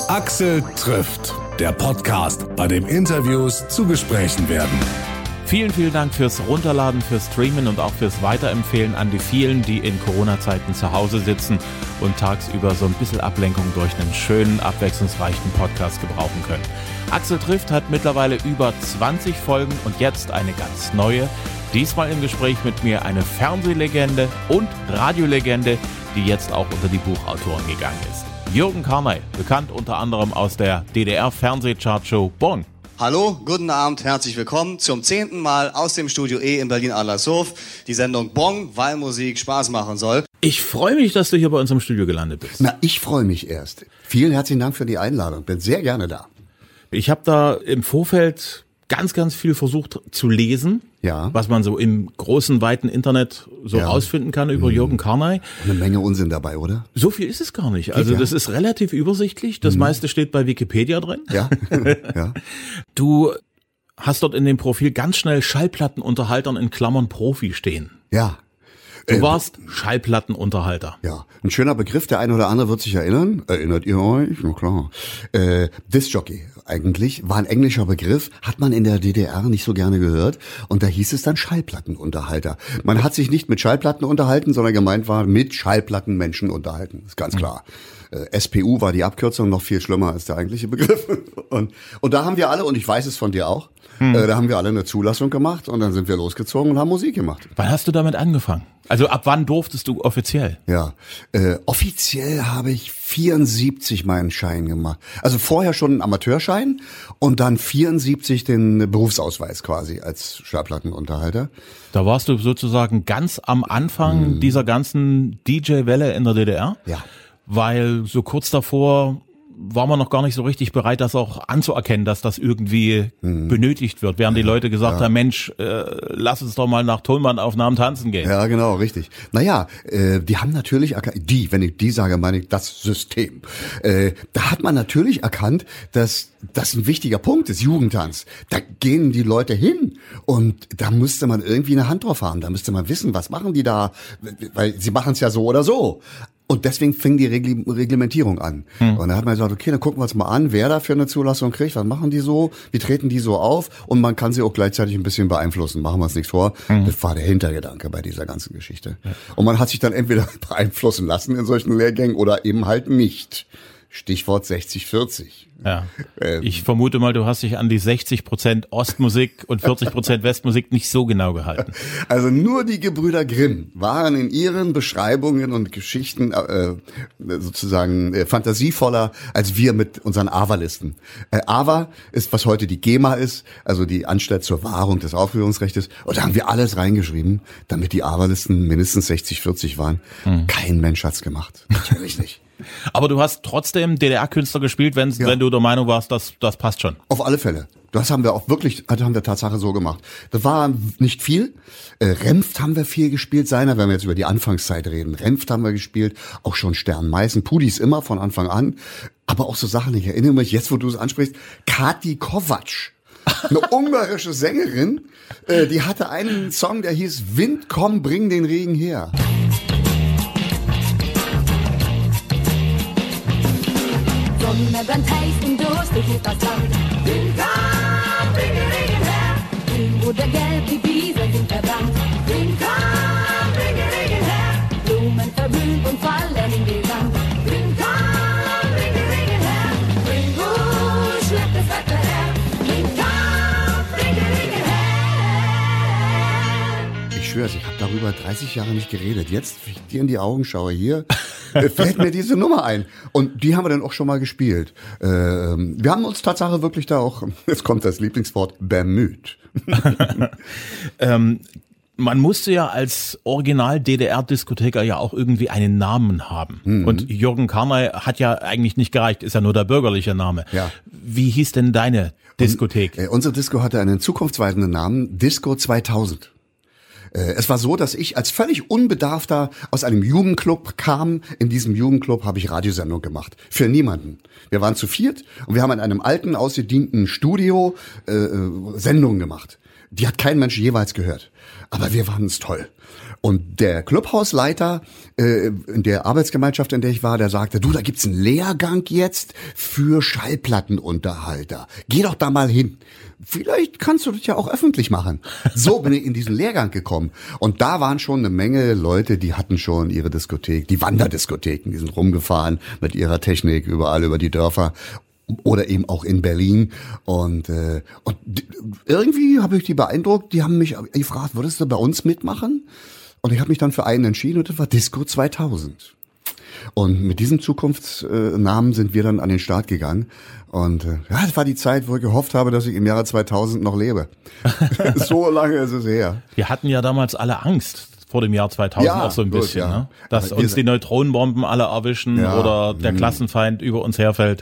Axel trifft, der Podcast, bei dem Interviews zu Gesprächen werden. Vielen, vielen Dank fürs Runterladen, fürs Streamen und auch fürs Weiterempfehlen an die vielen, die in Corona-Zeiten zu Hause sitzen und tagsüber so ein bisschen Ablenkung durch einen schönen, abwechslungsreichen Podcast gebrauchen können. Axel trifft hat mittlerweile über 20 Folgen und jetzt eine ganz neue. Diesmal im Gespräch mit mir eine Fernsehlegende und Radiolegende, die jetzt auch unter die Buchautoren gegangen ist. Jürgen Karnay, bekannt unter anderem aus der DDR-Fernsehchartshow Bong. Hallo, guten Abend, herzlich willkommen zum 10. Mal aus dem Studio E in Berlin-Adlershof. Die Sendung Bong, weil Musik Spaß machen soll. Ich freue mich, dass du hier bei uns im Studio gelandet bist. Na, ich freue mich erst. Vielen herzlichen Dank für die Einladung. Bin sehr gerne da. Ich habe da im Vorfeld ganz viel versucht zu lesen, ja, was man so im großen, weiten Internet so rausfinden kann über Jürgen Karnay. Eine Menge Unsinn dabei, oder? So viel ist es gar nicht. Also das ist relativ übersichtlich. Das meiste steht bei Wikipedia drin. Ja. Ja. Du hast dort in dem Profil ganz schnell Schallplattenunterhaltern in Klammern Profi stehen. Ja. Du warst Schallplattenunterhalter. Ja, ein schöner Begriff, der eine oder andere wird sich erinnern. Erinnert ihr euch? Na klar. Discjockey eigentlich war ein englischer Begriff, hat man in der DDR nicht so gerne gehört und da hieß es dann Schallplattenunterhalter. Man hat sich nicht mit Schallplatten unterhalten, sondern gemeint war mit Schallplatten Menschen unterhalten, ist ganz klar. SPU war die Abkürzung, noch viel schlimmer als der eigentliche Begriff. Und da haben wir alle, und ich weiß es von dir auch, da haben wir alle eine Zulassung gemacht und dann sind wir losgezogen und haben Musik gemacht. Wann hast du damit angefangen? Also ab wann durftest du offiziell? Ja, offiziell habe ich 74 meinen Schein gemacht. Also vorher schon einen Amateurschein und dann 74 den Berufsausweis quasi als Schallplattenunterhalter. Da warst du sozusagen ganz am Anfang dieser ganzen DJ-Welle in der DDR? Ja. Weil so kurz davor war man noch gar nicht so richtig bereit, das auch anzuerkennen, dass das irgendwie benötigt wird, während die Leute gesagt haben, Mensch, lass uns doch mal nach Tonbandaufnahmen tanzen gehen. Ja, genau, richtig. Naja, die haben natürlich erkannt, wenn ich die sage, meine ich das System. Da hat man natürlich erkannt, dass das ein wichtiger Punkt ist, Jugendtanz. Da gehen die Leute hin und da müsste man irgendwie eine Hand drauf haben. Da müsste man wissen, was machen die da, weil sie machen es ja so oder so. Und deswegen fing die Reglementierung an. Und da hat man gesagt, okay, dann gucken wir uns mal an, wer da für eine Zulassung kriegt, was machen die so, wie treten die so auf und man kann sie auch gleichzeitig ein bisschen beeinflussen, machen wir uns nichts vor. Das war der Hintergedanke bei dieser ganzen Geschichte. Und man hat sich dann entweder beeinflussen lassen in solchen Lehrgängen oder eben halt nicht. Stichwort 60-40. Ja. Ich vermute mal, du hast dich an die 60% Ostmusik und 40% Westmusik nicht so genau gehalten. Also nur die Gebrüder Grimm waren in ihren Beschreibungen und Geschichten sozusagen fantasievoller als wir mit unseren AWA-Listen. AWA ist, was heute die GEMA ist, also die Anstalt zur Wahrung des Aufführungsrechtes. Und da haben wir alles reingeschrieben, damit die AWA-Listen mindestens 60-40 waren. Kein Mensch hat's gemacht. Natürlich nicht. Aber du hast trotzdem DDR-Künstler gespielt, wenn du der Meinung warst, das passt schon. Auf alle Fälle. Das haben wir auch wirklich, haben wir Tatsache so gemacht. Das war nicht viel. Renft haben wir viel gespielt, wenn wir jetzt über die Anfangszeit reden. Renft haben wir gespielt, auch schon Stern Meißen, Pudis immer von Anfang an. Aber auch so Sachen, ich erinnere mich, jetzt wo du es ansprichst, Kati Kovac. Eine ungarische Sängerin, die hatte einen Song, der hieß Wind, komm, bring den Regen her. Sonne brennt heiß und durstig ist das Land. Wind, komm, bring den Regen her. Grün oder gelb, die Wiesen sind verbrannt. Wind, komm, bring den Regen her. Blumen verblühen und fallen in die Land. Wind, komm, bring den Regen her. Bring gut, schleppt das Wetter her. Wind, komm, bring den Regen her. Ich schwör's, ich habe darüber 30 Jahre nicht geredet. Jetzt, wenn ich dir in die Augen schaue hier, fällt mir diese Nummer ein. Und die haben wir dann auch schon mal gespielt. Wir haben uns Tatsache wirklich da auch, jetzt kommt das Lieblingswort, bemüht. Man musste ja als Original-DDR-Diskotheker ja auch irgendwie einen Namen haben. Und Jürgen Karnay hat ja eigentlich nicht gereicht, ist ja nur der bürgerliche Name. Ja. Wie hieß denn deine Diskothek? Unsere Disco hatte einen zukunftsweisenden Namen, Disco 2000. Es war so, dass ich als völlig Unbedarfter aus einem Jugendclub kam. In diesem Jugendclub habe ich Radiosendung gemacht. Für niemanden. Wir waren zu viert und wir haben in einem alten, ausgedienten Studio Sendungen gemacht. Die hat kein Mensch jeweils gehört. Aber wir fanden es toll. Und der Clubhausleiter in der Arbeitsgemeinschaft, in der ich war, der sagte, du, da gibt's einen Lehrgang jetzt für Schallplattenunterhalter. Geh doch da mal hin. Vielleicht kannst du das ja auch öffentlich machen. So bin ich in diesen Lehrgang gekommen. Und da waren schon eine Menge Leute, die hatten schon ihre Diskothek, die Wanderdiskotheken, die sind rumgefahren mit ihrer Technik überall über die Dörfer. Oder eben auch in Berlin. Und irgendwie habe ich die beeindruckt, die haben mich gefragt, würdest du bei uns mitmachen? Und ich habe mich dann für einen entschieden und das war Disco 2000. Und mit diesem Zukunftsnamen sind wir dann an den Start gegangen. Und das war die Zeit, wo ich gehofft habe, dass ich im Jahre 2000 noch lebe. So lange ist es her. Wir hatten ja damals alle Angst vor dem Jahr 2000 auch so ein bisschen, gut, ne? Dass uns die Neutronenbomben alle erwischen oder der Klassenfeind über uns herfällt.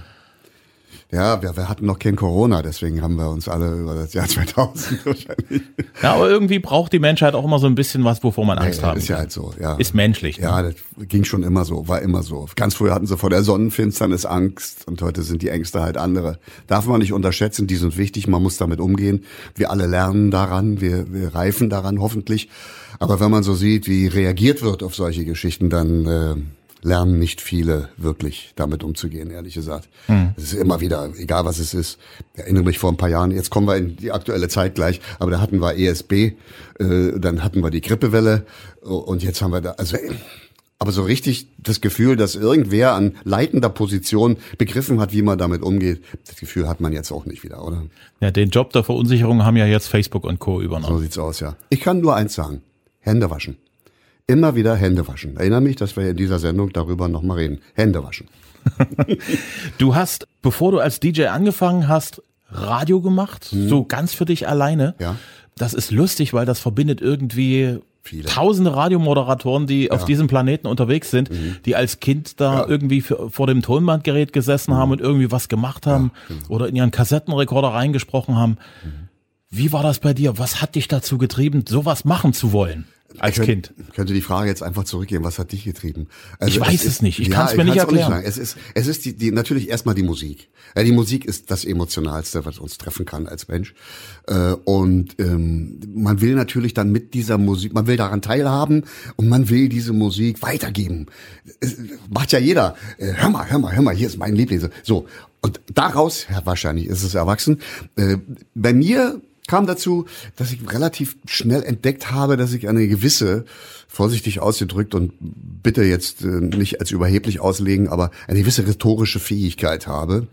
Ja, wir hatten noch kein Corona, deswegen haben wir uns alle über das Jahr 2000 wahrscheinlich. Ja, aber irgendwie braucht die Menschheit auch immer so ein bisschen was, wovor man Angst haben kann. Ist ja halt so, ja. Ist menschlich. Ja, das ging schon immer so, war immer so. Ganz früher hatten sie vor der Sonnenfinsternis Angst und heute sind die Ängste halt andere. Darf man nicht unterschätzen, die sind wichtig, man muss damit umgehen. Wir alle lernen daran, wir reifen daran hoffentlich. Aber wenn man so sieht, wie reagiert wird auf solche Geschichten, dann lernen nicht viele wirklich damit umzugehen, ehrlich gesagt. Es ist immer wieder, egal was es ist. Ich erinnere mich vor ein paar Jahren, jetzt kommen wir in die aktuelle Zeit gleich, aber da hatten wir ESB, dann hatten wir die Grippewelle und jetzt haben wir da, aber so richtig das Gefühl, dass irgendwer an leitender Position begriffen hat, wie man damit umgeht, das Gefühl hat man jetzt auch nicht wieder, oder? Ja, den Job der Verunsicherung haben ja jetzt Facebook und Co. übernommen. So sieht's aus, ja. Ich kann nur eins sagen, Hände waschen. Immer wieder Hände waschen. Erinnere mich, dass wir in dieser Sendung darüber nochmal reden. Hände waschen. Du hast, bevor du als DJ angefangen hast, Radio gemacht, so ganz für dich alleine. Ja. Das ist lustig, weil das verbindet irgendwie viele tausende Radiomoderatoren, die auf diesem Planeten unterwegs sind, die als Kind da irgendwie vor dem Tonbandgerät gesessen haben und irgendwie was gemacht haben oder in ihren Kassettenrekorder reingesprochen haben. Wie war das bei dir? Was hat dich dazu getrieben, sowas machen zu wollen? Als Kind. Ich könnte die Frage jetzt einfach zurückgeben, was hat dich getrieben? Also ich weiß es nicht, ich kann es mir nicht erklären. Es ist die natürlich erstmal die Musik. Die Musik ist das Emotionalste, was uns treffen kann als Mensch. Und man will natürlich dann mit dieser Musik, man will daran teilhaben und man will diese Musik weitergeben. Macht ja jeder. Hör mal, hier ist mein Liebling. So. Und daraus, wahrscheinlich ist es erwachsen. Bei mir kam dazu, dass ich relativ schnell entdeckt habe, dass ich eine gewisse, vorsichtig ausgedrückt und bitte jetzt nicht als überheblich auslegen, aber eine gewisse rhetorische Fähigkeit habe,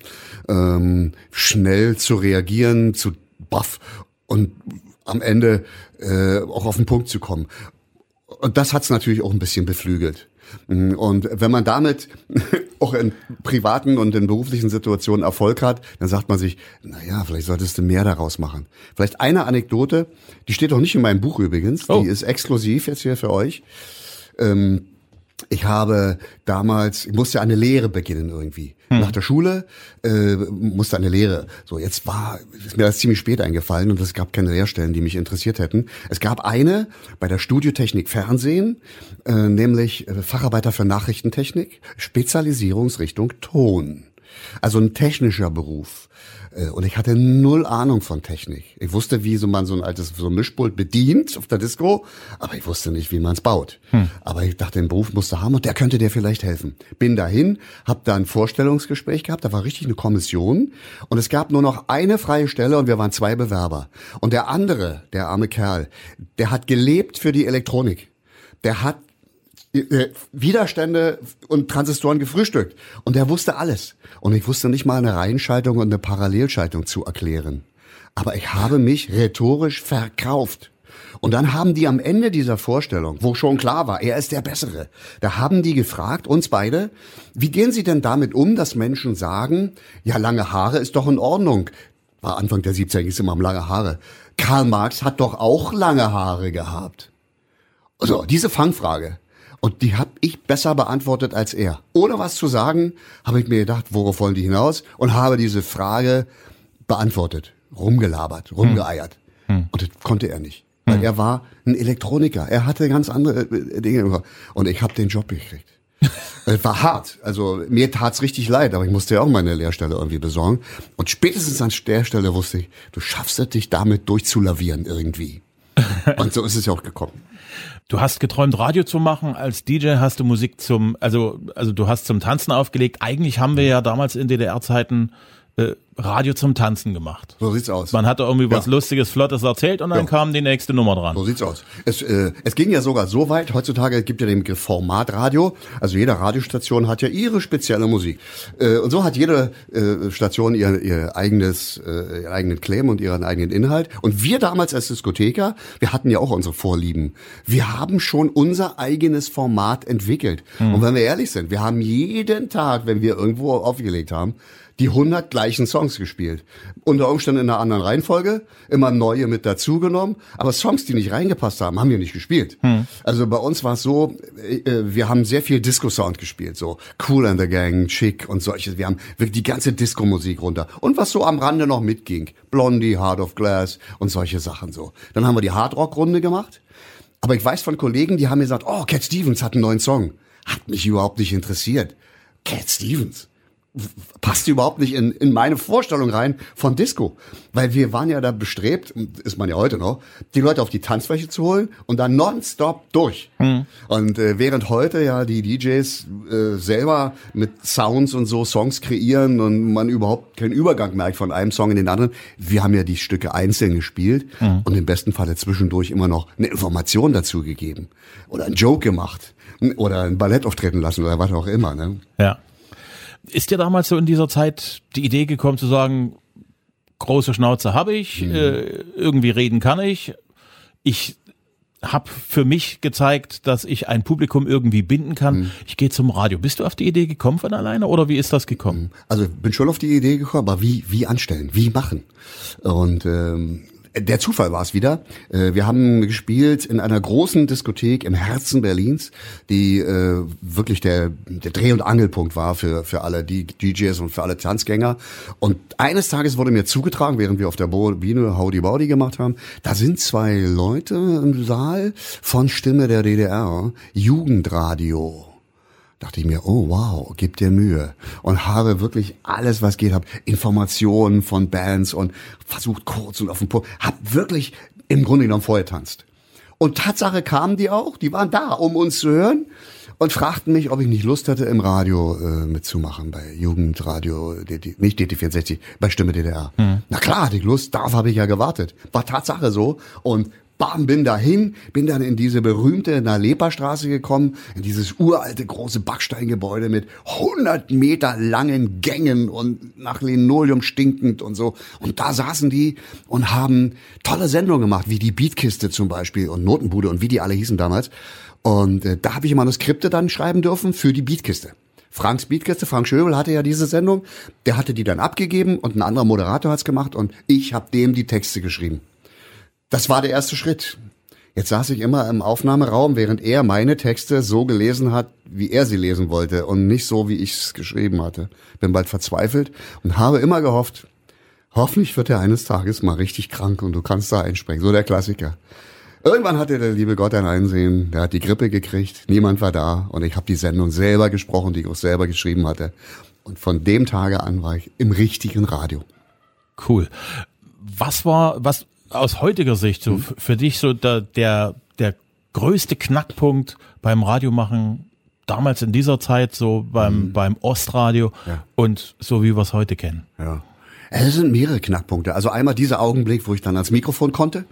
schnell zu reagieren, zu baff und am Ende auch auf den Punkt zu kommen. Und das hat's natürlich auch ein bisschen beflügelt. Und wenn man damit auch in privaten und in beruflichen Situationen Erfolg hat, dann sagt man sich, naja, vielleicht solltest du mehr daraus machen. Vielleicht eine Anekdote, die steht auch nicht in meinem Buch übrigens, die ist exklusiv jetzt hier für euch. Ich habe damals, ich musste eine Lehre beginnen irgendwie. Nach der Schule musste eine Lehre. So, ist mir das ziemlich spät eingefallen und es gab keine Lehrstellen, die mich interessiert hätten. Es gab eine bei der Studiotechnik Fernsehen, nämlich Facharbeiter für Nachrichtentechnik, Spezialisierungsrichtung Ton. Also ein technischer Beruf. Und ich hatte null Ahnung von Technik. Ich wusste, wie man so ein altes Mischpult bedient auf der Disco, aber ich wusste nicht, wie man es baut. Aber ich dachte, den Beruf musste haben und der könnte dir vielleicht helfen. Bin dahin, hab da ein Vorstellungsgespräch gehabt, da war richtig eine Kommission und es gab nur noch eine freie Stelle und wir waren 2 Bewerber. Und der andere, der arme Kerl, der hat gelebt für die Elektronik. Der hat Widerstände und Transistoren gefrühstückt. Und er wusste alles. Und ich wusste nicht mal eine Reihenschaltung und eine Parallelschaltung zu erklären. Aber ich habe mich rhetorisch verkauft. Und dann haben die am Ende dieser Vorstellung, wo schon klar war, er ist der Bessere, da haben die gefragt, uns beide, wie gehen Sie denn damit um, dass Menschen sagen, ja, lange Haare ist doch in Ordnung. War Anfang der 70er, ging es immer um lange Haare. Karl Marx hat doch auch lange Haare gehabt. Also, diese Fangfrage. Und die habe ich besser beantwortet als er. Ohne was zu sagen, habe ich mir gedacht, worauf wollen die hinaus? Und habe diese Frage beantwortet. Rumgelabert, rumgeeiert. Und das konnte er nicht. Weil er war ein Elektroniker. Er hatte ganz andere Dinge. Und ich habe den Job gekriegt. Es war hart. Also mir tat's richtig leid, aber ich musste ja auch meine Lehrstelle irgendwie besorgen. Und spätestens an der Stelle wusste ich, du schaffst es, dich damit durchzulavieren irgendwie. Und so ist es ja auch gekommen. Du hast geträumt, Radio zu machen. Als DJ hast du Musik also du hast zum Tanzen aufgelegt. Eigentlich haben wir ja damals in DDR-Zeiten Radio zum Tanzen gemacht. So sieht's aus. Man hatte irgendwie was Lustiges, Flottes erzählt und dann kam die nächste Nummer dran. So sieht's aus. Es ging ja sogar so weit, heutzutage gibt ja den Begriff Formatradio, also jede Radiostation hat ja ihre spezielle Musik. Und so hat jede Station ihren eigenen Claim und ihren eigenen Inhalt. Und wir damals als Diskotheker, wir hatten ja auch unsere Vorlieben. Wir haben schon unser eigenes Format entwickelt. Und wenn wir ehrlich sind, wir haben jeden Tag, wenn wir irgendwo aufgelegt haben, die 100 gleichen Songs gespielt. Unter Umständen in einer anderen Reihenfolge, immer neue mit dazugenommen. Aber Songs, die nicht reingepasst haben, haben wir nicht gespielt. Also bei uns war es so, wir haben sehr viel Disco-Sound gespielt. So Kool and the Gang, Chic und solches. Wir haben wirklich die ganze Disco-Musik runter. Und was so am Rande noch mitging. Blondie, Heart of Glass und solche Sachen so. Dann haben wir die Hardrock-Runde gemacht. Aber ich weiß von Kollegen, die haben mir gesagt, oh, Cat Stevens hat einen neuen Song. Hat mich überhaupt nicht interessiert. Cat Stevens passt überhaupt nicht in meine Vorstellung rein von Disco. Weil wir waren ja da bestrebt, ist man ja heute noch, die Leute auf die Tanzfläche zu holen und dann nonstop durch. Und während heute ja die DJs selber mit Sounds und so Songs kreieren und man überhaupt keinen Übergang merkt von einem Song in den anderen, wir haben ja die Stücke einzeln gespielt und im besten Fall zwischendurch immer noch eine Information dazu gegeben oder einen Joke gemacht oder ein Ballett auftreten lassen oder was auch immer. Ne? Ja. Ist dir damals so in dieser Zeit die Idee gekommen zu sagen, große Schnauze habe ich, irgendwie reden kann ich. Ich habe für mich gezeigt, dass ich ein Publikum irgendwie binden kann. Ich gehe zum Radio. Bist du auf die Idee gekommen von alleine oder wie ist das gekommen? Also bin schon auf die Idee gekommen, aber wie anstellen, wie machen? Und der Zufall war es wieder. Wir haben gespielt in einer großen Diskothek im Herzen Berlins, die wirklich der Dreh- und Angelpunkt war für alle die DJs und für alle Tanzgänger. Und eines Tages wurde mir zugetragen, während wir auf der Bühne Howdy Bowdy gemacht haben, da sind 2 Leute im Saal von Stimme der DDR, Jugendradio. Dachte ich mir, oh wow, gib dir Mühe. Und habe wirklich alles, was geht, habe Informationen von Bands und versucht kurz und auf den Punkt, hab wirklich im Grunde genommen vorher tanzt. Und Tatsache kamen die auch, die waren da, um uns zu hören und fragten mich, ob ich nicht Lust hatte, im Radio mitzumachen, bei Jugendradio, nicht DT64, bei Stimme DDR. Na klar, hatte ich Lust, darauf habe ich ja gewartet. War Tatsache so und bam, bin dann in diese berühmte Nalepa-Straße gekommen, in dieses uralte große Backsteingebäude mit 100 Meter langen Gängen und nach Linoleum stinkend und so. Und da saßen die und haben tolle Sendungen gemacht, wie die Beatkiste zum Beispiel und Notenbude und wie die alle hießen damals. Und da habe ich Manuskripte dann schreiben dürfen für die Beatkiste. Franks Beatkiste, Frank Schöbel hatte ja diese Sendung, der hatte die dann abgegeben und ein anderer Moderator hat's gemacht und ich habe dem die Texte geschrieben. Das war der erste Schritt. Jetzt saß ich immer im Aufnahmeraum, während er meine Texte so gelesen hat, wie er sie lesen wollte und nicht so, wie ich es geschrieben hatte. Bin bald verzweifelt und habe immer gehofft, hoffentlich wird er eines Tages mal richtig krank und du kannst da einspringen. So der Klassiker. Irgendwann hatte der liebe Gott ein Einsehen, der hat die Grippe gekriegt, niemand war da und ich habe die Sendung selber gesprochen, die ich auch selber geschrieben hatte. Und von dem Tage an war ich im richtigen Radio. Cool. Was aus heutiger Sicht so für dich so der größte Knackpunkt beim Radiomachen damals in dieser Zeit so beim Ostradio und so wie wir es heute kennen? Ja. Es sind mehrere Knackpunkte. Also einmal dieser Augenblick, wo ich dann ans Mikrofon konnte.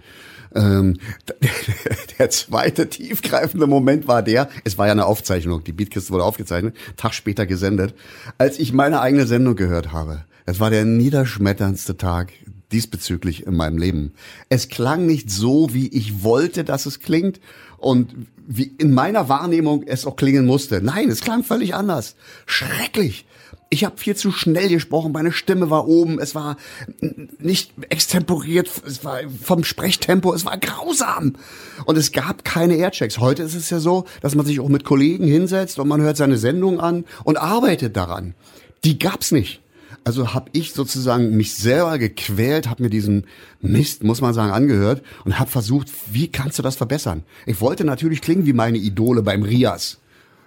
Der zweite tiefgreifende Moment war es war ja eine Aufzeichnung, die Beatkiste wurde aufgezeichnet, Tag später gesendet, als ich meine eigene Sendung gehört habe. Es war der niederschmetterndste Tag diesbezüglich in meinem Leben. Es klang nicht so, wie ich wollte, dass es klingt und wie in meiner Wahrnehmung es auch klingen musste. Nein, es klang völlig anders. Schrecklich. Ich habe viel zu schnell gesprochen, meine Stimme war oben, es war nicht extemporiert, es war vom Sprechtempo, es war grausam. Und es gab keine Airchecks. Heute ist es ja so, dass man sich auch mit Kollegen hinsetzt und man hört seine Sendung an und arbeitet daran. Die gab's nicht. Also habe ich sozusagen mich selber gequält, habe mir diesen Mist, muss man sagen, angehört und habe versucht, wie kannst du das verbessern? Ich wollte natürlich klingen wie meine Idole beim Rias.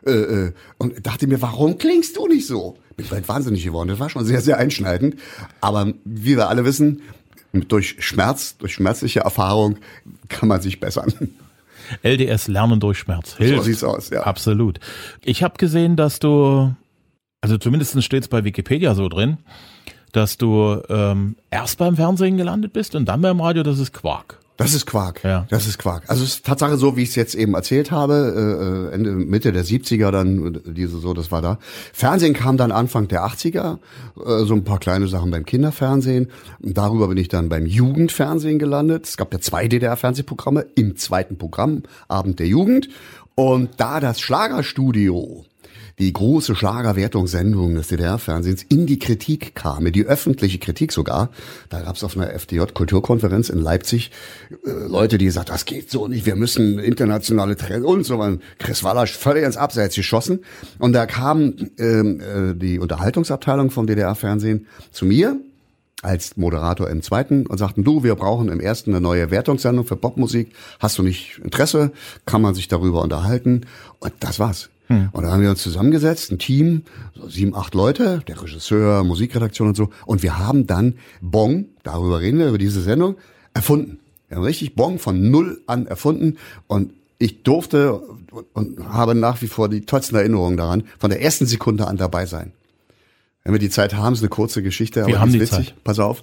Und dachte mir, warum klingst du nicht so? Bin bald wahnsinnig geworden. Das war schon sehr, sehr einschneidend. Aber wie wir alle wissen, durch schmerzliche Erfahrung kann man sich bessern. LDS, Lernen durch Schmerz, hilft. So sieht's aus, ja. Absolut. Ich habe gesehen, dass du, also zumindest steht's bei Wikipedia so drin, dass du erst beim Fernsehen gelandet bist und dann beim Radio. Das ist Quark. Das ist Quark. Ja. Das ist Quark. Also es ist Tatsache so, wie ich es jetzt eben erzählt habe, Mitte der 70er dann, das war da. Fernsehen kam dann Anfang der 80er, so ein paar kleine Sachen beim Kinderfernsehen. Und darüber bin ich dann beim Jugendfernsehen gelandet. Es gab ja 2 DDR-Fernsehprogramme im zweiten Programm, Abend der Jugend. Und da das Schlagerstudio, die große Schlagerwertungssendung des DDR-Fernsehens, in die Kritik kam, in die öffentliche Kritik sogar. Da gab es auf einer FDJ-Kulturkonferenz in Leipzig Leute, die gesagt, das geht so nicht, wir müssen internationale Trends und so weiter. Chris Wallasch völlig ins Abseits geschossen. Und da kam die Unterhaltungsabteilung vom DDR-Fernsehen zu mir als Moderator im zweiten und sagten, du, wir brauchen im ersten eine neue Wertungssendung für Popmusik. Hast du nicht Interesse? Kann man sich darüber unterhalten? Und das war's. Und da haben wir uns zusammengesetzt, ein Team, so 7, 8 Leute, der Regisseur, Musikredaktion und so. Und wir haben dann Bong, darüber reden wir, über diese Sendung, erfunden. Wir haben richtig Bong von null an erfunden. Und ich durfte und habe nach wie vor die tollsten Erinnerungen daran, von der ersten Sekunde an dabei sein. Wenn wir die Zeit haben, ist eine kurze Geschichte, aber wir haben die die ist witzig. Zeit. Pass auf.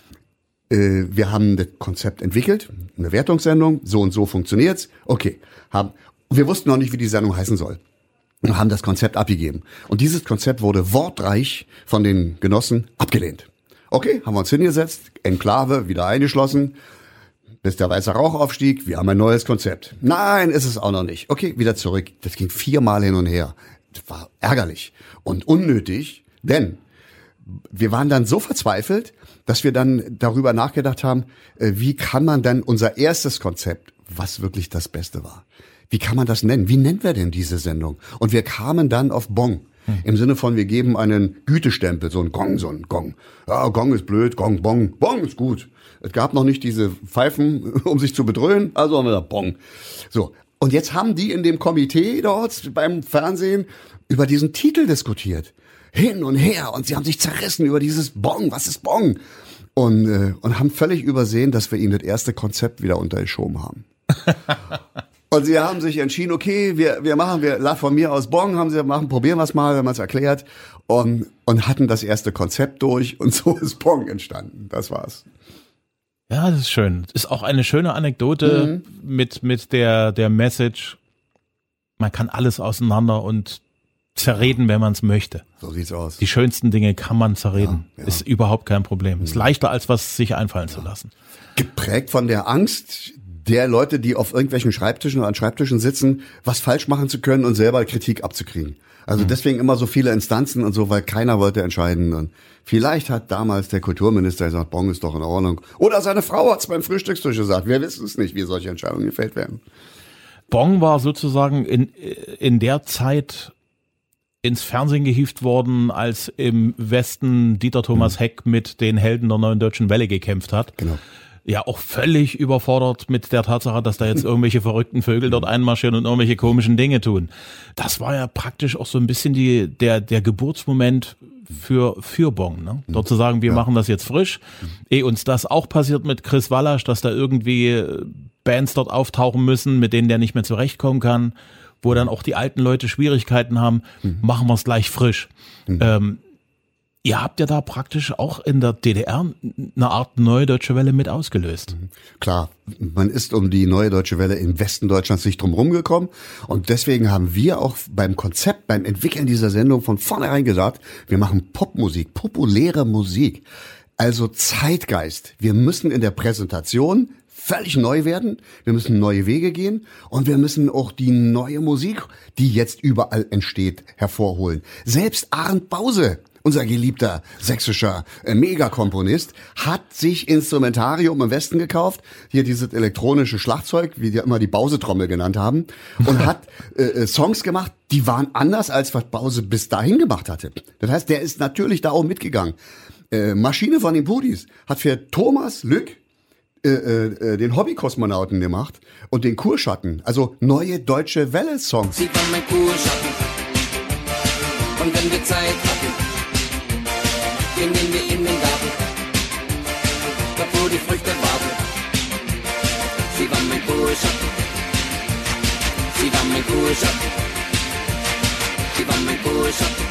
Wir haben das Konzept entwickelt, eine Wertungssendung, so und so funktioniert's. Okay, wir wussten noch nicht, wie die Sendung heißen soll. Und haben das Konzept abgegeben. Und dieses Konzept wurde wortreich von den Genossen abgelehnt. Okay, haben wir uns hingesetzt, Enklave, wieder eingeschlossen, bis der weiße Rauch aufstieg, wir haben ein neues Konzept. Nein, ist es auch noch nicht. Okay, wieder zurück. Das ging 4-mal hin und her. Das war ärgerlich und unnötig, denn wir waren dann so verzweifelt, dass wir dann darüber nachgedacht haben, wie kann man dann unser erstes Konzept, was wirklich das Beste war, wie kann man das nennen? Wie nennen wir denn diese Sendung? Und wir kamen dann auf Bong. Im Sinne von, wir geben einen Gütestempel, so ein Gong. Ja, Gong ist blöd, Gong, Bong. Bong ist gut. Es gab noch nicht diese Pfeifen, um sich zu bedröhnen, also haben wir gesagt, Bong. So. Und jetzt haben die in dem Komitee dort beim Fernsehen über diesen Titel diskutiert. Hin und her. Und sie haben sich zerrissen über dieses Bong. Was ist Bong? Und haben völlig übersehen, dass wir ihnen das erste Konzept wieder untergeschoben haben. Und sie haben sich entschieden, okay, wir von mir aus Bong, probieren wir es mal, wenn man es erklärt. Und hatten das erste Konzept durch und so ist Bong entstanden. Das war's. Ja, das ist schön. Das ist auch eine schöne Anekdote mit der Message, man kann alles auseinander und zerreden, wenn man es möchte. So sieht's aus. Die schönsten Dinge kann man zerreden. Ja. Ist überhaupt kein Problem. Ist leichter, als was sich einfallen zu lassen. Geprägt von der Angst der Leute, die auf irgendwelchen Schreibtischen oder an Schreibtischen sitzen, was falsch machen zu können und selber Kritik abzukriegen. Also deswegen immer so viele Instanzen und so, weil keiner wollte entscheiden. Und vielleicht hat damals der Kulturminister gesagt, Bong ist doch in Ordnung. Oder seine Frau hat es beim Frühstückstisch gesagt. Wir wissen es nicht, wie solche Entscheidungen gefällt werden. Bong war sozusagen in der Zeit ins Fernsehen gehievt worden, als im Westen Dieter Thomas Heck mit den Helden der Neuen Deutschen Welle gekämpft hat. Genau. Ja, auch völlig überfordert mit der Tatsache, dass da jetzt irgendwelche verrückten Vögel dort einmarschieren und irgendwelche komischen Dinge tun. Das war ja praktisch auch so ein bisschen der Geburtsmoment für Bong, ne? Dort zu sagen, wir machen das jetzt frisch. Ehe uns das auch passiert mit Chris Wallasch, dass da irgendwie Bands dort auftauchen müssen, mit denen der nicht mehr zurechtkommen kann, wo dann auch die alten Leute Schwierigkeiten haben, machen wir es gleich frisch. Ihr habt ja da praktisch auch in der DDR eine Art Neue Deutsche Welle mit ausgelöst. Klar, man ist um die Neue Deutsche Welle im Westen Deutschlands nicht drum rumgekommen. Und deswegen haben wir auch beim Konzept, beim Entwickeln dieser Sendung von vornherein gesagt, wir machen Popmusik, populäre Musik. Also Zeitgeist. Wir müssen in der Präsentation völlig neu werden. Wir müssen neue Wege gehen. Und wir müssen auch die neue Musik, die jetzt überall entsteht, hervorholen. Selbst Arndt Bause, unser geliebter sächsischer Megakomponist, hat sich Instrumentarium im Westen gekauft, hier dieses elektronische Schlagzeug, wie die immer die Bause-Trommel genannt haben, und hat Songs gemacht, die waren anders, als was Bause bis dahin gemacht hatte. Das heißt, der ist natürlich da auch mitgegangen. Maschine von den Pudis hat für Thomas Lück den Hobbykosmonauten gemacht und den Kurschatten, also Neue Deutsche Welle-Songs. Sie kann mein Kurschatten, Und wenn wir Zeit hatten, gehen wir in den Garten, dort wo die Früchte warten. Sie war mein Kuhschatten, sie war mein Kuhschatten, sie war mein Kuhschatten.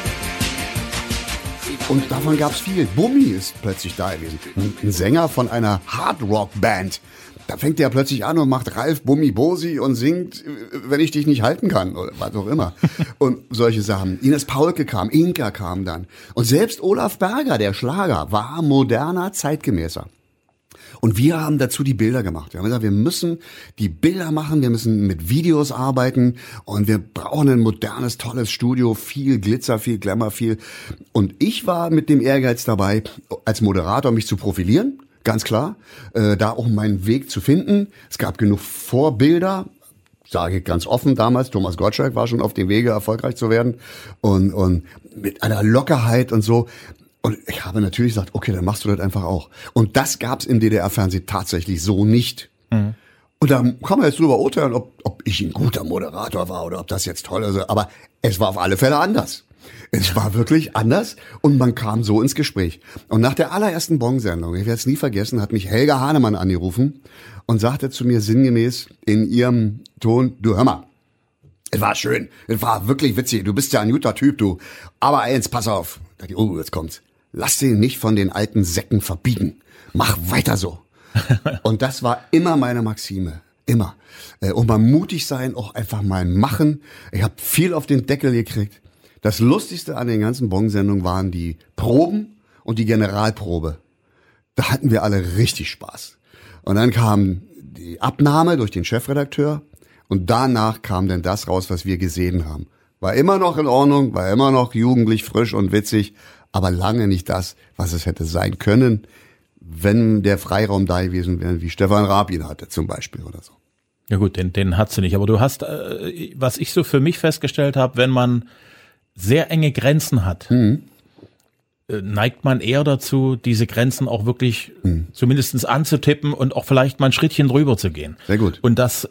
Und davon gab's viel. Bummi ist plötzlich da gewesen. Ein Sänger von einer Hard-Rock-Band. Da fängt der plötzlich an und macht Ralf Bummi Bosi und singt, wenn ich dich nicht halten kann, oder was auch immer. Und solche Sachen. Ines Paulke kam, Inka kam dann. Und selbst Olaf Berger, der Schlager, war moderner, zeitgemäßer. Und wir haben dazu die Bilder gemacht. Wir haben gesagt, wir müssen die Bilder machen, wir müssen mit Videos arbeiten und wir brauchen ein modernes, tolles Studio, viel Glitzer, viel Glamour, viel. Und ich war mit dem Ehrgeiz dabei, als Moderator mich zu profilieren, ganz klar, da auch meinen Weg zu finden. Es gab genug Vorbilder, sage ich ganz offen damals, Thomas Gottschalk war schon auf dem Wege, erfolgreich zu werden und mit einer Lockerheit und so. Und ich habe natürlich gesagt, okay, dann machst du das einfach auch. Und das gab's im DDR-Fernsehen tatsächlich so nicht. Mhm. Und da kann man jetzt drüber urteilen, ob ich ein guter Moderator war oder ob das jetzt toll ist. Aber es war auf alle Fälle anders. Es war wirklich anders und man kam so ins Gespräch. Und nach der allerersten Bong-Sendung, ich werde es nie vergessen, hat mich Helga Hahnemann angerufen und sagte zu mir sinngemäß in ihrem Ton, du hör mal, es war schön, es war wirklich witzig, du bist ja ein guter Typ, du. Aber eins, pass auf. Da dachte ich, oh, jetzt kommt's. Lass dich nicht von den alten Säcken verbiegen. Mach weiter so. Und das war immer meine Maxime. Immer. Und mal mutig sein, auch einfach mal machen. Ich habe viel auf den Deckel gekriegt. Das Lustigste an den ganzen Bong-Sendungen waren die Proben und die Generalprobe. Da hatten wir alle richtig Spaß. Und dann kam die Abnahme durch den Chefredakteur und danach kam dann das raus, was wir gesehen haben. War immer noch in Ordnung, war immer noch jugendlich, frisch und witzig, aber lange nicht das, was es hätte sein können, wenn der Freiraum da gewesen wäre, wie Stefan Raab ihn hatte zum Beispiel oder so. Ja gut, den hast du nicht. Aber du hast, was ich so für mich festgestellt habe, wenn man sehr enge Grenzen hat, neigt man eher dazu, diese Grenzen auch wirklich zumindest anzutippen und auch vielleicht mal ein Schrittchen drüber zu gehen. Sehr gut. Und das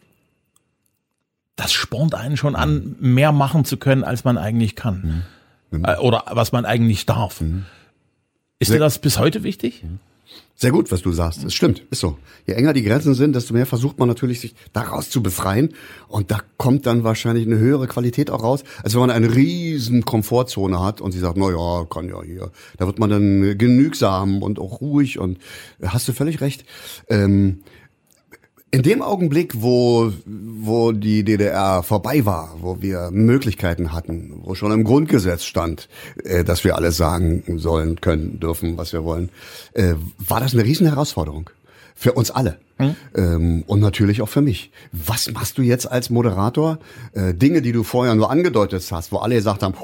spornt einen schon an, mehr machen zu können, als man eigentlich kann. Oder was man eigentlich darf. Ist dir das bis heute wichtig? Sehr gut, was du sagst. Das stimmt, ist so. Je enger die Grenzen sind, desto mehr versucht man natürlich, sich daraus zu befreien. Und da kommt dann wahrscheinlich eine höhere Qualität auch raus, als wenn man eine riesen Komfortzone hat und sie sagt, na ja, kann ja hier. Da wird man dann genügsam und auch ruhig und hast du völlig recht. In dem Augenblick, wo die DDR vorbei war, wo wir Möglichkeiten hatten, wo schon im Grundgesetz stand, dass wir alles sagen sollen, können, dürfen, was wir wollen, war das eine riesen Herausforderung. Für uns alle. Und natürlich auch für mich. Was machst du jetzt als Moderator? Dinge, die du vorher nur angedeutet hast, wo alle gesagt haben,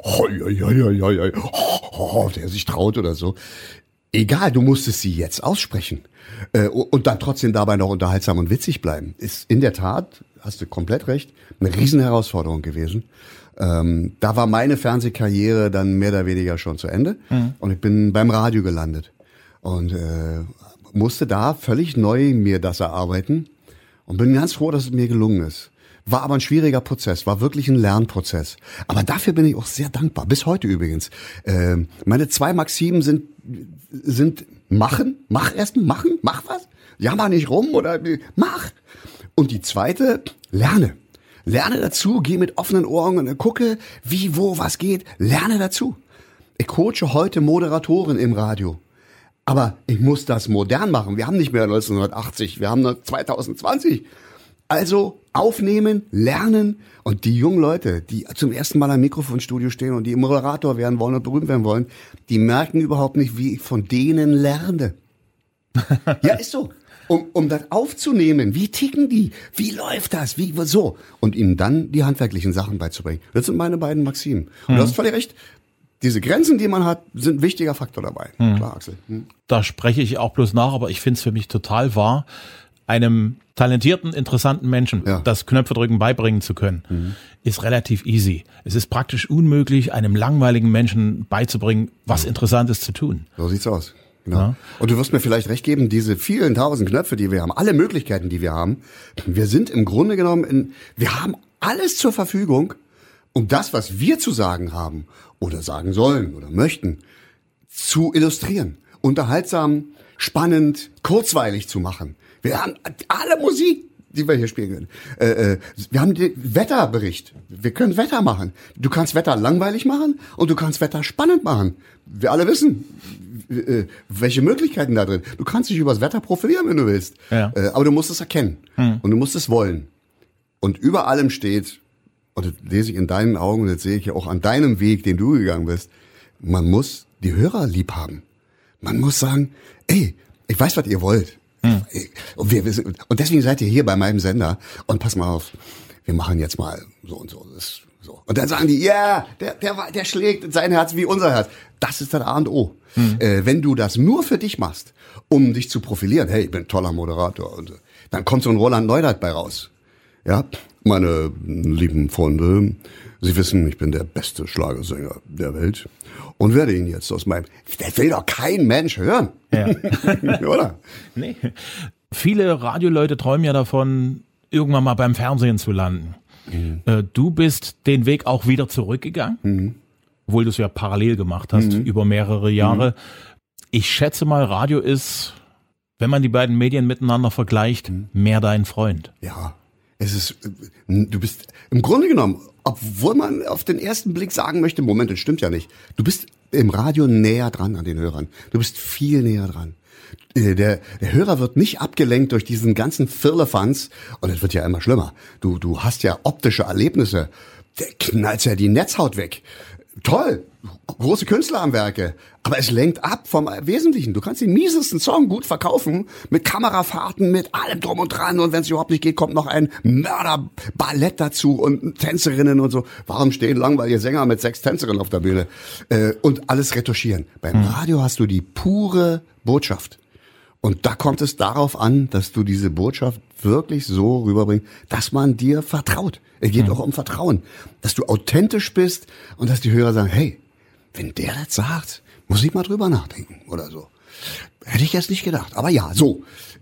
der sich traut oder so. Egal, du musstest sie jetzt aussprechen. Und dann trotzdem dabei noch unterhaltsam und witzig bleiben. Ist in der Tat, hast du komplett recht, eine riesen Herausforderung gewesen. Da war meine Fernsehkarriere dann mehr oder weniger schon zu Ende. Und ich bin beim Radio gelandet. Und musste da völlig neu mir das erarbeiten. Und bin ganz froh, dass es mir gelungen ist. War aber ein schwieriger Prozess, war wirklich ein Lernprozess. Aber dafür bin ich auch sehr dankbar, bis heute übrigens. Meine 2 Maximen sind machen, mach was. Jammer nicht rum oder mach. Und die zweite, lerne. Lerne dazu, geh mit offenen Ohren und gucke, wie, wo, was geht. Lerne dazu. Ich coache heute Moderatoren im Radio. Aber ich muss das modern machen. Wir haben nicht mehr 1980, wir haben 2020. Also aufnehmen, lernen und die jungen Leute, die zum ersten Mal am Mikrofonstudio stehen und die Moderator werden wollen und berühmt werden wollen, die merken überhaupt nicht, wie ich von denen lerne. Ja, ist so. Um das aufzunehmen, wie ticken die, wie läuft das, wie so und ihnen dann die handwerklichen Sachen beizubringen. Das sind meine beiden Maximen. Und du hast völlig recht. Diese Grenzen, die man hat, sind ein wichtiger Faktor dabei. Klar, Axel. Da spreche ich auch bloß nach, aber ich finde es für mich total wahr, einem talentierten, interessanten Menschen das Knöpfedrücken beibringen zu können, ist relativ easy. Es ist praktisch unmöglich, einem langweiligen Menschen beizubringen, was Interessantes zu tun. So sieht's aus. Genau. Ja. Und du wirst mir vielleicht recht geben, diese vielen 1000 Knöpfe, die wir haben, alle Möglichkeiten, die wir haben, wir sind im Grunde genommen wir haben alles zur Verfügung, um das, was wir zu sagen haben oder sagen sollen oder möchten, zu illustrieren, unterhaltsam, spannend, kurzweilig zu machen. Wir haben alle Musik, die wir hier spielen können. Wir haben den Wetterbericht. Wir können Wetter machen. Du kannst Wetter langweilig machen und du kannst Wetter spannend machen. Wir alle wissen, welche Möglichkeiten da drin. Du kannst dich übers Wetter profilieren, wenn du willst. Ja. Aber du musst es erkennen. Und du musst es wollen. Und über allem steht, und das lese ich in deinen Augen, und das sehe ich ja auch an deinem Weg, den du gegangen bist, man muss die Hörer lieb haben. Man muss sagen, ey, ich weiß, was ihr wollt. Und deswegen seid ihr hier bei meinem Sender. Und pass mal auf, wir machen jetzt mal so und so. Das, so. Und dann sagen die, ja, der schlägt sein Herz wie unser Herz. Das ist das A und O. Wenn du das nur für dich machst, um dich zu profilieren, hey, ich bin ein toller Moderator, und dann kommt so ein Roland Neudert bei raus. Ja, meine lieben Freunde, Sie wissen, ich bin der beste Schlagersänger der Welt und werde ihn jetzt aus meinem... Das will doch kein Mensch hören. Ja. Oder? Nee. Viele Radioleute träumen ja davon, irgendwann mal beim Fernsehen zu landen. Du bist den Weg auch wieder zurückgegangen, obwohl du es ja parallel gemacht hast, über mehrere Jahre. Ich schätze mal, Radio ist, wenn man die beiden Medien miteinander vergleicht, mehr dein Freund. Ja. Du bist im Grunde genommen, obwohl man auf den ersten Blick sagen möchte, Moment, das stimmt ja nicht. Du bist im Radio näher dran an den Hörern. Du bist viel näher dran. Der Hörer wird nicht abgelenkt durch diesen ganzen Firlefanz, und es wird ja immer schlimmer. Du hast ja optische Erlebnisse. Der knallt ja die Netzhaut weg. Toll, große Künstler am Werke, aber es lenkt ab vom Wesentlichen. Du kannst den miesesten Song gut verkaufen, mit Kamerafahrten, mit allem drum und dran, und wenn es überhaupt nicht geht, kommt noch ein Mörderballett dazu und Tänzerinnen und so. Warum stehen langweilige Sänger mit 6 Tänzerinnen auf der Bühne? Und alles retuschieren. Beim Radio hast du die pure Botschaft. Und da kommt es darauf an, dass du diese Botschaft wirklich so rüberbringst, dass man dir vertraut. Es geht auch um Vertrauen. Dass du authentisch bist und dass die Hörer sagen, hey, wenn der das sagt, muss ich mal drüber nachdenken oder so. Hätte ich jetzt nicht gedacht. Aber ja, so.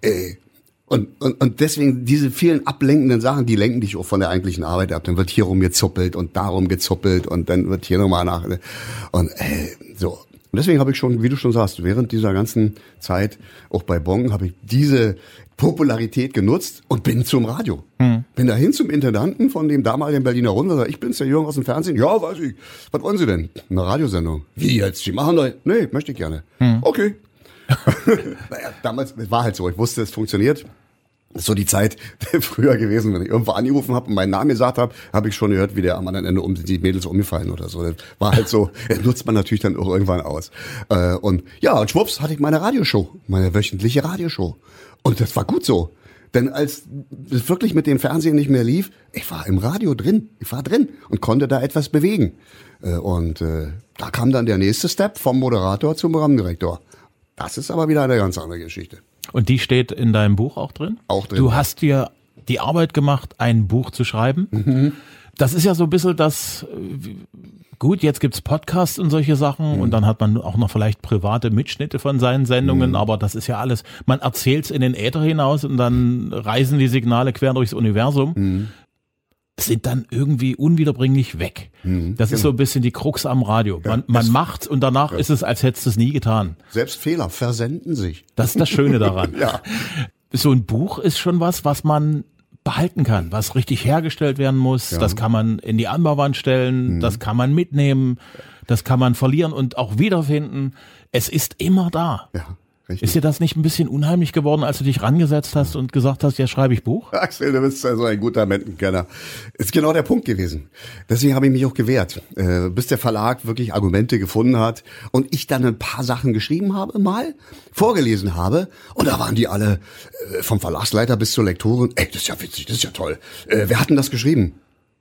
Und deswegen diese vielen ablenkenden Sachen, die lenken dich auch von der eigentlichen Arbeit ab. Dann wird hier rumgezuppelt und darum gezuppelt und dann wird hier nochmal nach. Und so. Und deswegen habe ich schon, wie du schon sagst, während dieser ganzen Zeit, auch bei Bong, habe ich diese Popularität genutzt und bin zum Radio. Bin dahin zum Intendanten von dem damaligen Berliner Rundfunk und sage, ich bin's, der Jürgen aus dem Fernsehen. Ja, weiß ich. Was wollen Sie denn? Eine Radiosendung. Wie jetzt? Sie machen doch... Nee, möchte ich gerne. Okay. Naja, damals war halt so. Ich wusste, es funktioniert. Das ist so die Zeit früher gewesen, wenn ich irgendwo angerufen habe und meinen Namen gesagt habe, habe ich schon gehört, wie der am anderen Ende die Mädels umgefallen oder so. Das war halt so, das nutzt man natürlich dann auch irgendwann aus. Und ja, und schwupps hatte ich meine Radioshow, meine wöchentliche Radioshow. Und das war gut so. Denn als es wirklich mit dem Fernsehen nicht mehr lief, ich war im Radio drin. Ich war drin und konnte da etwas bewegen. Und da kam dann der nächste Step vom Moderator zum Programmdirektor. Das ist aber wieder eine ganz andere Geschichte. Und die steht in deinem Buch auch drin? Auch drin. Du hast dir die Arbeit gemacht, ein Buch zu schreiben. Das ist ja so ein bisschen das, gut, jetzt gibt's Podcasts und solche Sachen und dann hat man auch noch vielleicht private Mitschnitte von seinen Sendungen, aber das ist ja alles, man erzählt's in den Äther hinaus und dann reisen die Signale quer durchs Universum. Sind dann irgendwie unwiederbringlich weg. Das ist so ein bisschen die Krux am Radio. Man macht's und danach ist es, als hättest du es nie getan. Selbst Fehler versenden sich. Das ist das Schöne daran. Ja. So ein Buch ist schon was man behalten kann, was richtig hergestellt werden muss. Ja. Das kann man in die Anbauwand stellen, das kann man mitnehmen, das kann man verlieren und auch wiederfinden. Es ist immer da. Ja. Richtig. Ist dir das nicht ein bisschen unheimlich geworden, als du dich rangesetzt hast und gesagt hast, jetzt schreibe ich Buch? Axel, du bist ja so ein guter Menschenkenner. Ist genau der Punkt gewesen. Deswegen habe ich mich auch gewehrt, bis der Verlag wirklich Argumente gefunden hat und ich dann ein paar Sachen geschrieben habe, mal vorgelesen habe und da waren die alle vom Verlagsleiter bis zur Lektorin. Ey, das ist ja witzig, das ist ja toll. Wer hat denn das geschrieben?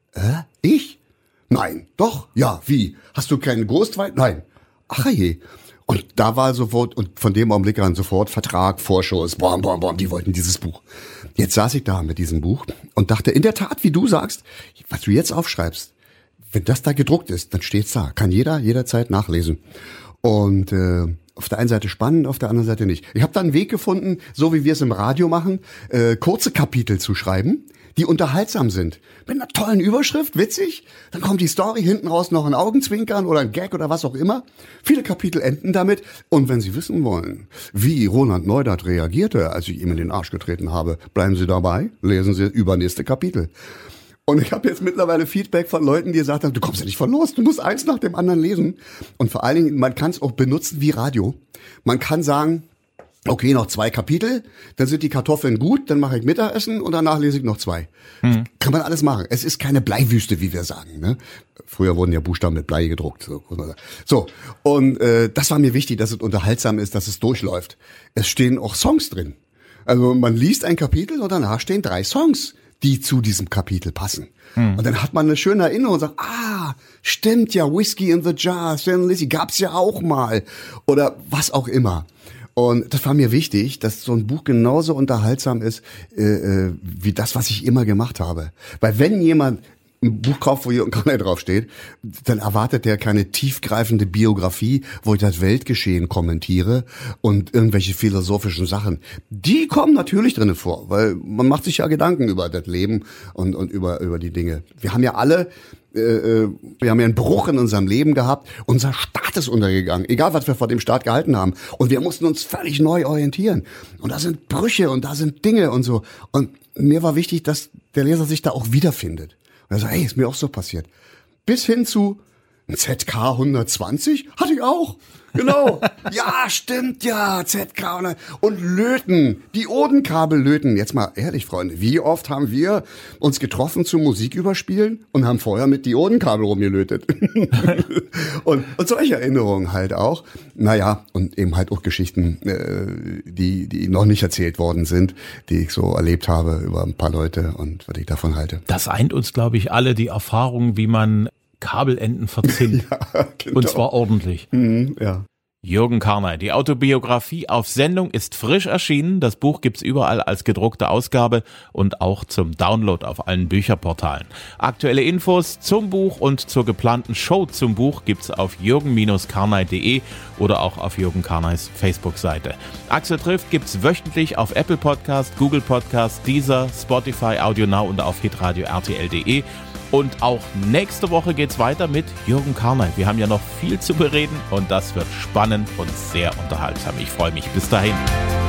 Ich? Nein. Doch? Ja, wie? Hast du keinen Ghostwriter? Nein. Ach je. Und da war sofort, und von dem Augenblick an sofort Vertrag, Vorschuss, bom, bom, bom, die wollten dieses Buch. Jetzt saß ich da mit diesem Buch und dachte, in der Tat, wie du sagst, was du jetzt aufschreibst, wenn das da gedruckt ist, dann steht's da. Kann jeder jederzeit nachlesen. Und auf der einen Seite spannend, auf der anderen Seite nicht. Ich habe da einen Weg gefunden, so wie wir es im Radio machen, kurze Kapitel zu schreiben, die unterhaltsam sind. Mit einer tollen Überschrift, witzig, dann kommt die Story, hinten raus noch ein Augenzwinkern oder ein Gag oder was auch immer. Viele Kapitel enden damit. Und wenn Sie wissen wollen, wie Roland Neudath reagierte, als ich ihm in den Arsch getreten habe, bleiben Sie dabei, lesen Sie übernächste Kapitel. Und ich habe jetzt mittlerweile Feedback von Leuten, die gesagt haben, du kommst ja nicht von los, du musst eins nach dem anderen lesen. Und vor allen Dingen, man kann es auch benutzen wie Radio. Man kann sagen, okay, noch 2 Kapitel, dann sind die Kartoffeln gut, dann mache ich Mittagessen und danach lese ich noch 2. Kann man alles machen. Es ist keine Bleiwüste, wie wir sagen. Ne? Früher wurden ja Buchstaben mit Blei gedruckt. So, und das war mir wichtig, dass es unterhaltsam ist, dass es durchläuft. Es stehen auch Songs drin. Also man liest ein Kapitel und danach stehen 3 Songs, die zu diesem Kapitel passen. Und dann hat man eine schöne Erinnerung und sagt, stimmt ja, Whiskey in the Jar, Thin Lizzy, gab's ja auch mal. Oder was auch immer. Und das war mir wichtig, dass so ein Buch genauso unterhaltsam ist, wie das, was ich immer gemacht habe. Weil wenn jemand ein Buch kauft, wo Jürgen Karnay draufsteht, dann erwartet der keine tiefgreifende Biografie, wo ich das Weltgeschehen kommentiere und irgendwelche philosophischen Sachen. Die kommen natürlich drinnen vor, weil man macht sich ja Gedanken über das Leben und über die Dinge. Wir haben ja alle wir haben ja einen Bruch in unserem Leben gehabt. Unser Staat ist untergegangen, egal was wir vor dem Staat gehalten haben. Und wir mussten uns völlig neu orientieren. Und da sind Brüche und da sind Dinge und so. Und mir war wichtig, dass der Leser sich da auch wiederfindet. Und er sagt, hey, ist mir auch so passiert. Bis hin zu ein ZK 120 hatte ich auch. Genau. Ja, stimmt, ja, ZK und Löten, die Odenkabel löten. Jetzt mal ehrlich, Freunde, wie oft haben wir uns getroffen zum Musiküberspielen und haben vorher mit Diodenkabel rumgelötet? und solche Erinnerungen halt auch. Naja, und eben halt auch Geschichten, die noch nicht erzählt worden sind, die ich so erlebt habe über ein paar Leute und was ich davon halte. Das eint uns, glaube ich, alle die Erfahrung, wie man Kabelenden verzinnt. Ja, genau. Und zwar ordentlich. Ja. Jürgen Karnay, die Autobiografie auf Sendung ist frisch erschienen. Das Buch gibt's überall als gedruckte Ausgabe und auch zum Download auf allen Bücherportalen. Aktuelle Infos zum Buch und zur geplanten Show zum Buch gibt's auf jürgen-karnay.de oder auch auf Jürgen Karnays Facebook-Seite. Axel trifft gibt's wöchentlich auf Apple Podcast, Google Podcast, Deezer, Spotify, Audio Now und auf hitradio RTL.de. Und auch nächste Woche geht's weiter mit Jürgen Karnay. Wir haben ja noch viel zu bereden und das wird spannend und sehr unterhaltsam. Ich freue mich. Bis dahin.